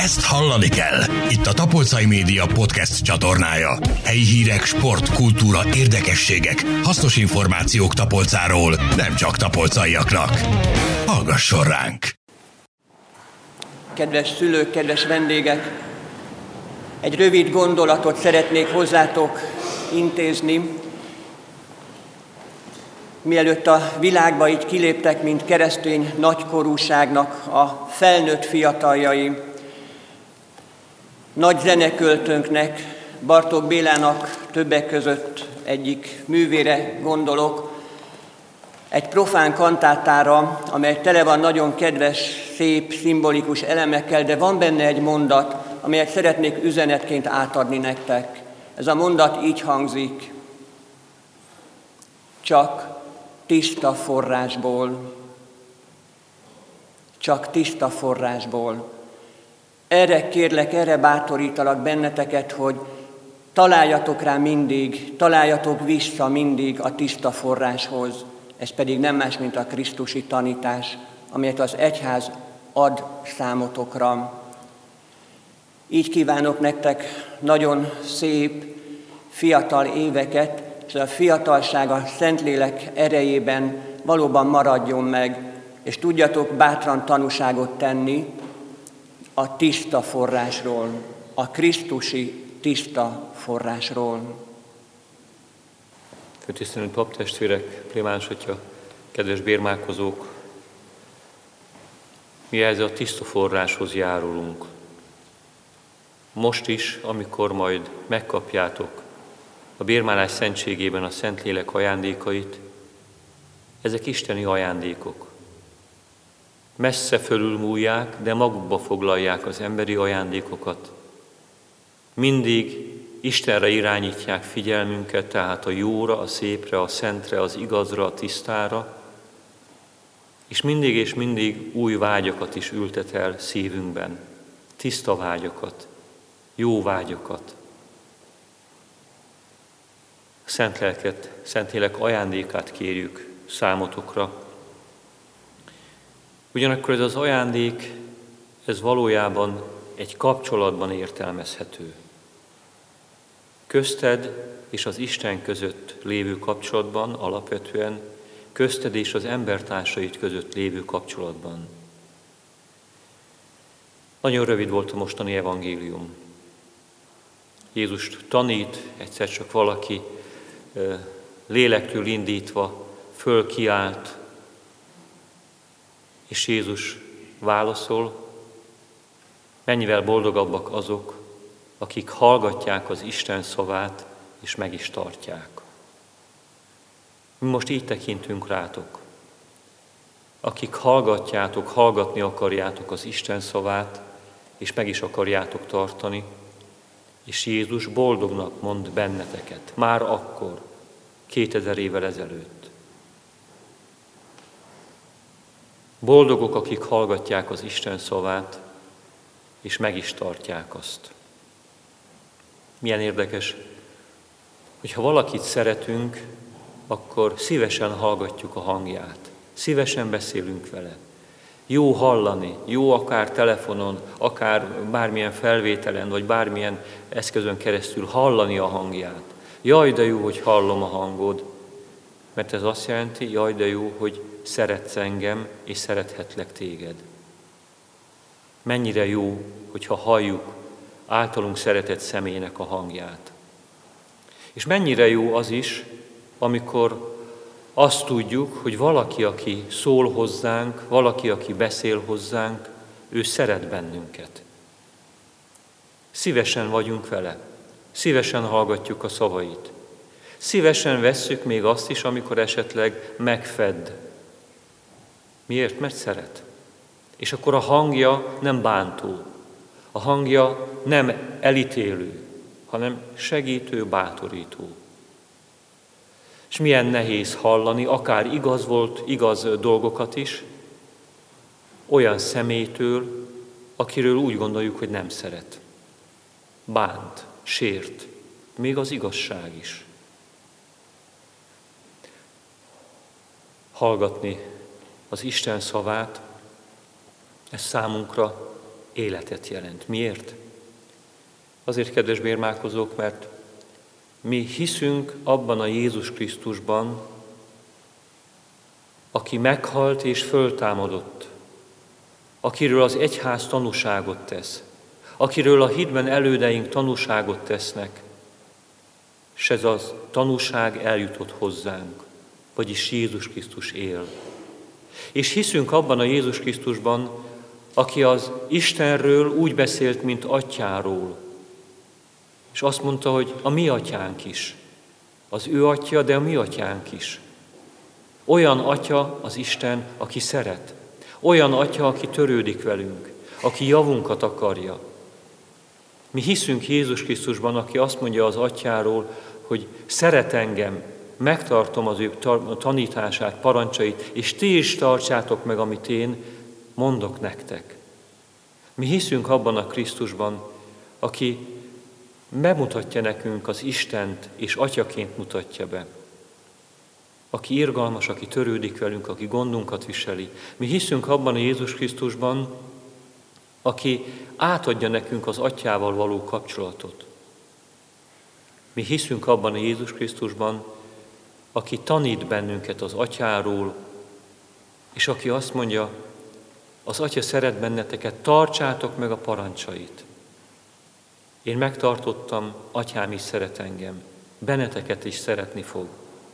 ezt hallani kell. Itt a Tapolcai Média podcast csatornája. Helyi hírek, sport, kultúra, érdekességek, hasznos információk Tapolcáról, nem csak tapolcaiaknak. Hallgasson ránk! Kedves szülők, kedves vendégek! Egy rövid gondolatot szeretnék hozzátok intézni. Mielőtt a világba így kiléptek, mint keresztény nagykorúságnak a felnőtt fiataljai, nagy zeneköltőnknek, Bartók Bélának többek között egyik művére gondolok, egy profán kantátára, amely tele van nagyon kedves, szép, szimbolikus elemekkel, de van benne egy mondat, amelyet szeretnék üzenetként átadni nektek. Ez a mondat így hangzik: csak tiszta forrásból. Csak tiszta forrásból. Erre kérlek, erre bátorítalak benneteket, hogy találjatok rá mindig, találjatok vissza mindig a tiszta forráshoz. Ez pedig nem más, mint a krisztusi tanítás, amelyet az egyház ad számotokra. Így kívánok nektek nagyon szép, fiatal éveket, és a fiatalság a Szentlélek erejében valóban maradjon meg, és tudjatok bátran tanúságot tenni a tiszta forrásról, a krisztusi tiszta forrásról. Főtisztelő paptestvérek, plébáns atya, kedves bérmálkozók, mi ehhez a tiszta forráshoz járulunk. Most is, amikor majd megkapjátok a bérmálás szentségében a Szentlélek ajándékait, ezek isteni ajándékok. Messze fölülmúlják, de magukba foglalják az emberi ajándékokat. Mindig Istenre irányítják figyelmünket, tehát a jóra, a szépre, a szentre, az igazra, a tisztára, és mindig új vágyakat is ültet el szívünkben. Tiszta vágyakat, jó vágyakat. Szent Lelket, Szentlélek ajándékát kérjük számotokra. Ugyanakkor ez az ajándék, ez valójában egy kapcsolatban értelmezhető. Közted és az Isten között lévő kapcsolatban, alapvetően közted és az embertársaid között lévő kapcsolatban. Nagyon rövid volt a mostani evangélium. Jézust tanít, egyszer csak valaki lélektől indítva fölkiált, és Jézus válaszol: mennyivel boldogabbak azok, akik hallgatják az Isten szavát, és meg is tartják. Mi most így tekintünk rátok. Akik hallgatni akarjátok az Isten szavát, és meg is akarjátok tartani, és Jézus boldognak mond benneteket, már akkor, 2000 évvel ezelőtt. Boldogok, akik hallgatják az Isten szavát, és meg is tartják azt. Milyen érdekes, hogyha valakit szeretünk, akkor szívesen hallgatjuk a hangját, szívesen beszélünk vele. Jó hallani, jó akár telefonon, akár bármilyen felvételen, vagy bármilyen eszközön keresztül hallani a hangját. Jaj, de jó, hogy hallom a hangod, mert ez azt jelenti, jaj, de jó, hogy szeretsz engem, és szerethetlek téged. Mennyire jó, hogyha halljuk általunk szeretett személynek a hangját. És mennyire jó az is, amikor azt tudjuk, hogy valaki, aki szól hozzánk, valaki, aki beszél hozzánk, ő szeret bennünket. Szívesen vagyunk vele, szívesen hallgatjuk a szavait. Szívesen vesszük még azt is, amikor esetleg megfedd. Miért? Mert szeret. És akkor a hangja nem bántó, a hangja nem elítélő, hanem segítő, bátorító. És milyen nehéz hallani, akár igaz dolgokat is, olyan személytől, akiről úgy gondoljuk, hogy nem szeret. Bánt, sért, még az igazság is. Hallgatni az Isten szavát, ez számunkra életet jelent. Miért? Azért, kedves bérmálkozók, mert mi hiszünk abban a Jézus Krisztusban, aki meghalt és föltámadott, akiről az egyház tanúságot tesz, akiről a hitben elődeink tanúságot tesznek, és ez az tanúság eljutott hozzánk, vagyis Jézus Krisztus él. És hiszünk abban a Jézus Krisztusban, aki az Istenről úgy beszélt, mint atyáról, és azt mondta, hogy a mi atyánk is. Az ő atya, de a mi atyánk is. Olyan atya az Isten, aki szeret. Olyan atya, aki törődik velünk, aki javunkat akarja. Mi hiszünk Jézus Krisztusban, aki azt mondja az atyáról, hogy szeret engem, megtartom az ő tanítását, parancsait, és ti is tartsátok meg, amit én mondok nektek. Mi hiszünk abban a Krisztusban, aki bemutatja nekünk az Istent, és atyaként mutatja be. Aki irgalmas, aki törődik velünk, aki gondunkat viseli. Mi hiszünk abban a Jézus Krisztusban, aki átadja nekünk az atyával való kapcsolatot. Mi hiszünk abban a Jézus Krisztusban, aki tanít bennünket az atyáról, és aki azt mondja, az atya szeret benneteket, tartsátok meg a parancsait. Én megtartottam, atyám is szeret engem, benneteket is szeretni fog.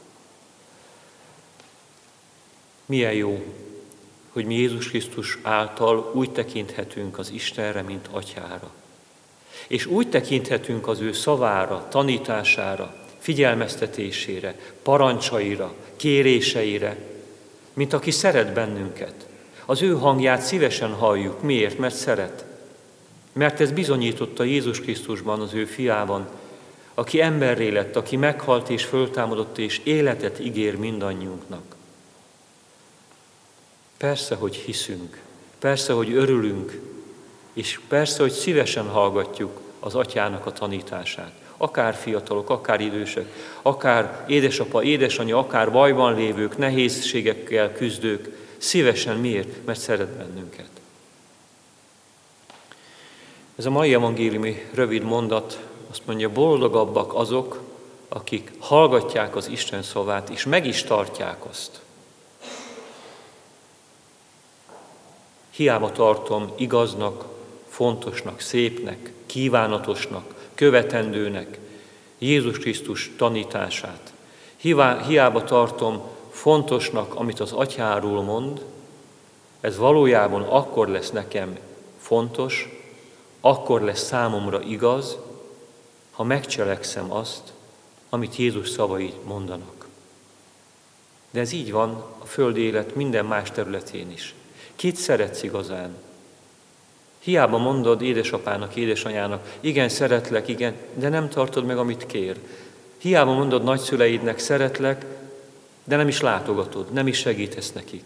Milyen jó, hogy mi Jézus Krisztus által úgy tekinthetünk az Istenre, mint atyára. És úgy tekinthetünk az ő szavára, tanítására, figyelmeztetésére, parancsaira, kéréseire, mint aki szeret bennünket. Az ő hangját szívesen halljuk. Miért? Mert szeret. Mert ez bizonyította Jézus Krisztusban, az ő fiában, aki emberré lett, aki meghalt és föltámadott, és életet ígér mindannyiunknak. Persze, hogy hiszünk, persze, hogy örülünk, és persze, hogy szívesen hallgatjuk az atyának a tanítását. Akár fiatalok, akár idősek, akár édesapa, édesanyja, akár bajban lévők, nehézségekkel küzdők, szívesen. Miért? Mert szeret bennünket. Ez a mai evangéliumi rövid mondat azt mondja, boldogabbak azok, akik hallgatják az Isten szavát, és meg is tartják azt. Hiába tartom igaznak, fontosnak, szépnek, kívánatosnak, követendőnek Jézus Krisztus tanítását. Hiába tartom fontosnak, amit az atyáról mond, ez valójában akkor lesz nekem fontos, akkor lesz számomra igaz, ha megcselekszem azt, amit Jézus szavai mondanak. De ez így van a földi élet minden más területén is. Kit szeretsz igazán? Hiába mondod édesapának, édesanyának, igen, szeretlek, igen, de nem tartod meg, amit kér. Hiába mondod nagyszüleidnek, szeretlek, de nem is látogatod, nem is segítesz nekik.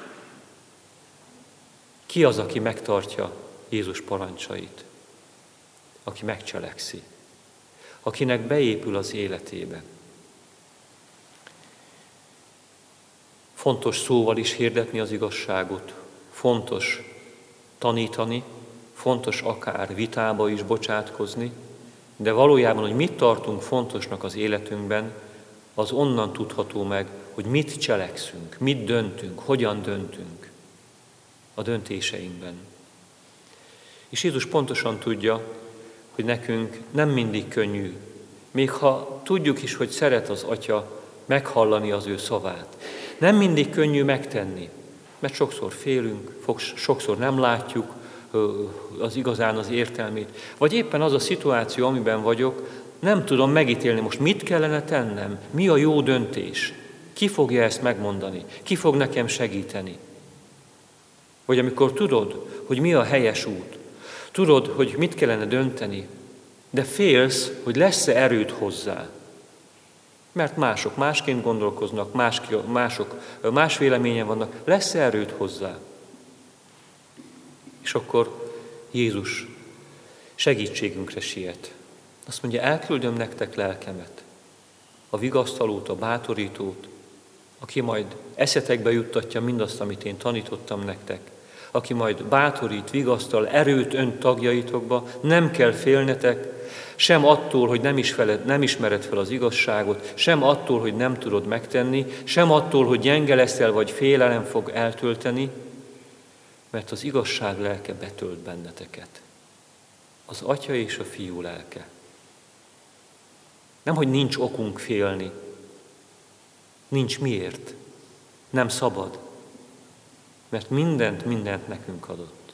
Ki az, aki megtartja Jézus parancsait? Aki megcselekszi. Akinek beépül az életébe. Fontos szóval is hirdetni az igazságot. Fontos tanítani, fontos akár vitába is bocsátkozni, de valójában, hogy mit tartunk fontosnak az életünkben, az onnan tudható meg, hogy mit cselekszünk, mit döntünk, hogyan döntünk a döntéseinkben. És Jézus pontosan tudja, hogy nekünk nem mindig könnyű, még ha tudjuk is, hogy szeret az Atya meghallani az ő szavát. Nem mindig könnyű megtenni, mert sokszor félünk, sokszor nem látjuk az igazán az értelmét. Vagy éppen az a szituáció, amiben vagyok, nem tudom megítélni most, mit kellene tennem, mi a jó döntés, ki fogja ezt megmondani, ki fog nekem segíteni. Vagy amikor tudod, hogy mi a helyes út, tudod, hogy mit kellene dönteni, de félsz, hogy lesz-e erőd hozzá. Mert mások másként gondolkoznak, mások más véleményen vannak, lesz-e erőd hozzá? És akkor Jézus segítségünkre siet. Azt mondja, elküldöm nektek lelkemet, a vigasztalót, a bátorítót, aki majd eszetekbe juttatja mindazt, amit én tanítottam nektek, aki majd bátorít, vigasztal, erőt önt tagjaitokba, nem kell félnetek, sem attól, hogy nem ismered fel az igazságot, sem attól, hogy nem tudod megtenni, sem attól, hogy gyenge leszel, vagy félelem fog eltölteni, mert az igazság lelke betölt benneteket. Az Atya és a Fiú lelke. Nem, hogy nincs okunk félni. Nincs miért. Nem szabad. Mert mindent nekünk adott.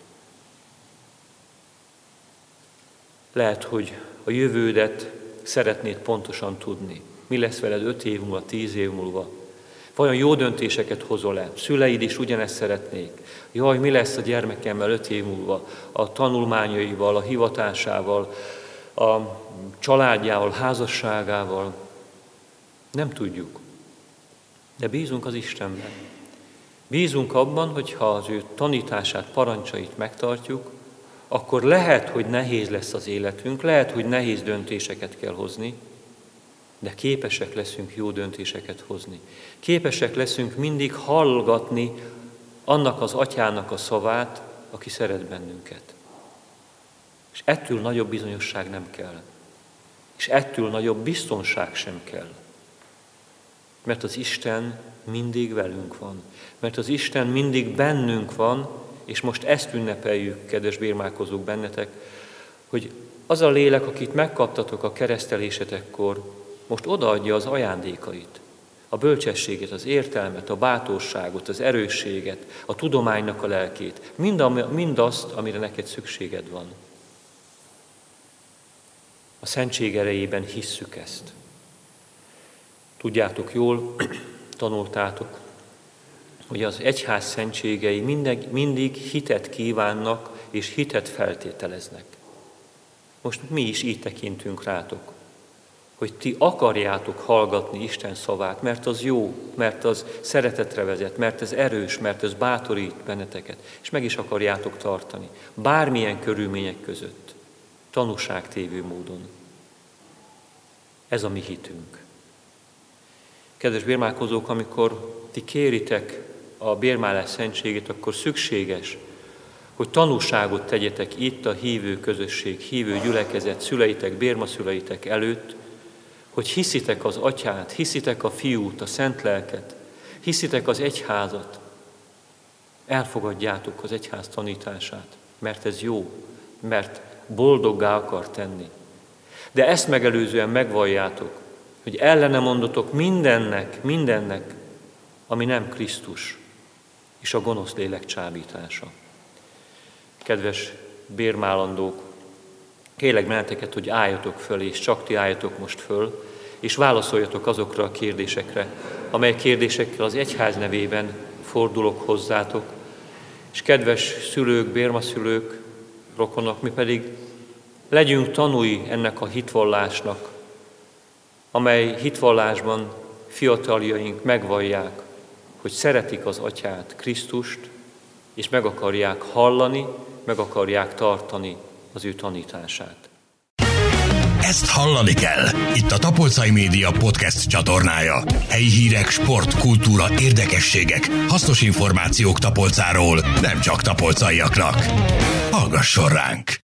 Lehet, hogy a jövődet szeretnéd pontosan tudni. Mi lesz veled 5 év múlva, 10 év múlva? Vajon jó döntéseket hozol-e? Szüleid is ugyanezt szeretnék. Jaj, mi lesz a gyermekemmel 5 év múlva? A tanulmányaival, a hivatásával, a családjával, házasságával? Nem tudjuk. De bízunk az Istenben. Bízunk abban, hogy ha az ő tanítását, parancsait megtartjuk, akkor lehet, hogy nehéz lesz az életünk, lehet, hogy nehéz döntéseket kell hozni, de képesek leszünk jó döntéseket hozni. Képesek leszünk mindig hallgatni annak az Atyának a szavát, aki szeret bennünket. És ettől nagyobb bizonyosság nem kell. És ettől nagyobb biztonság sem kell. Mert az Isten mindig velünk van. Mert az Isten mindig bennünk van, és most ezt ünnepeljük, kedves bérmálkozók, bennetek, hogy az a lélek, akit megkaptatok a keresztelésetekkor, most odaadja az ajándékait, a bölcsességet, az értelmet, a bátorságot, az erősséget, a tudománynak a lelkét, mindazt, amire neked szükséged van. A szentség erejében hisszük ezt. Tudjátok jól, tanultátok, hogy az egyház szentségei mindig hitet kívánnak és hitet feltételeznek. Most mi is így tekintünk rátok, hogy ti akarjátok hallgatni Isten szavát, mert az jó, mert az szeretetre vezet, mert ez erős, mert ez bátorít benneteket, és meg is akarjátok tartani, bármilyen körülmények között, tanúságtévő módon. Ez a mi hitünk. Kedves bérmálkozók, amikor ti kéritek a bérmálás szentségét, akkor szükséges, hogy tanúságot tegyetek itt a hívő közösség, hívő gyülekezet, szüleitek, bérmaszüleitek előtt, hogy hiszitek az Atyát, hiszitek a Fiút, a Szent Lelket, hiszitek az egyházat, elfogadjátok az egyház tanítását, mert ez jó, mert boldoggá akar tenni. De ezt megelőzően megvalljátok, hogy ellene mondotok mindennek, ami nem Krisztus, és a gonosz lélek csábítása. Kedves bérmálandók, kérlek benneteket, hogy álljatok föl, és csak ti álljatok most föl, és válaszoljatok azokra a kérdésekre, amely kérdésekkel az egyház nevében fordulok hozzátok. És kedves szülők, bérmaszülők, rokonok, mi pedig legyünk tanúi ennek a hitvallásnak, amely hitvallásban fiataljaink megvallják, hogy szeretik az Atyát, Krisztust, és meg akarják hallani, meg akarják tartani az ő tanítását. Ezt hallani kell. Itt a Tapolcai Média podcast csatornája. Helyi hírek, sport, kultúra, érdekességek, hasznos információk Tapolcáról, nem csak tapolcaiaknak. Hallgasson ránk!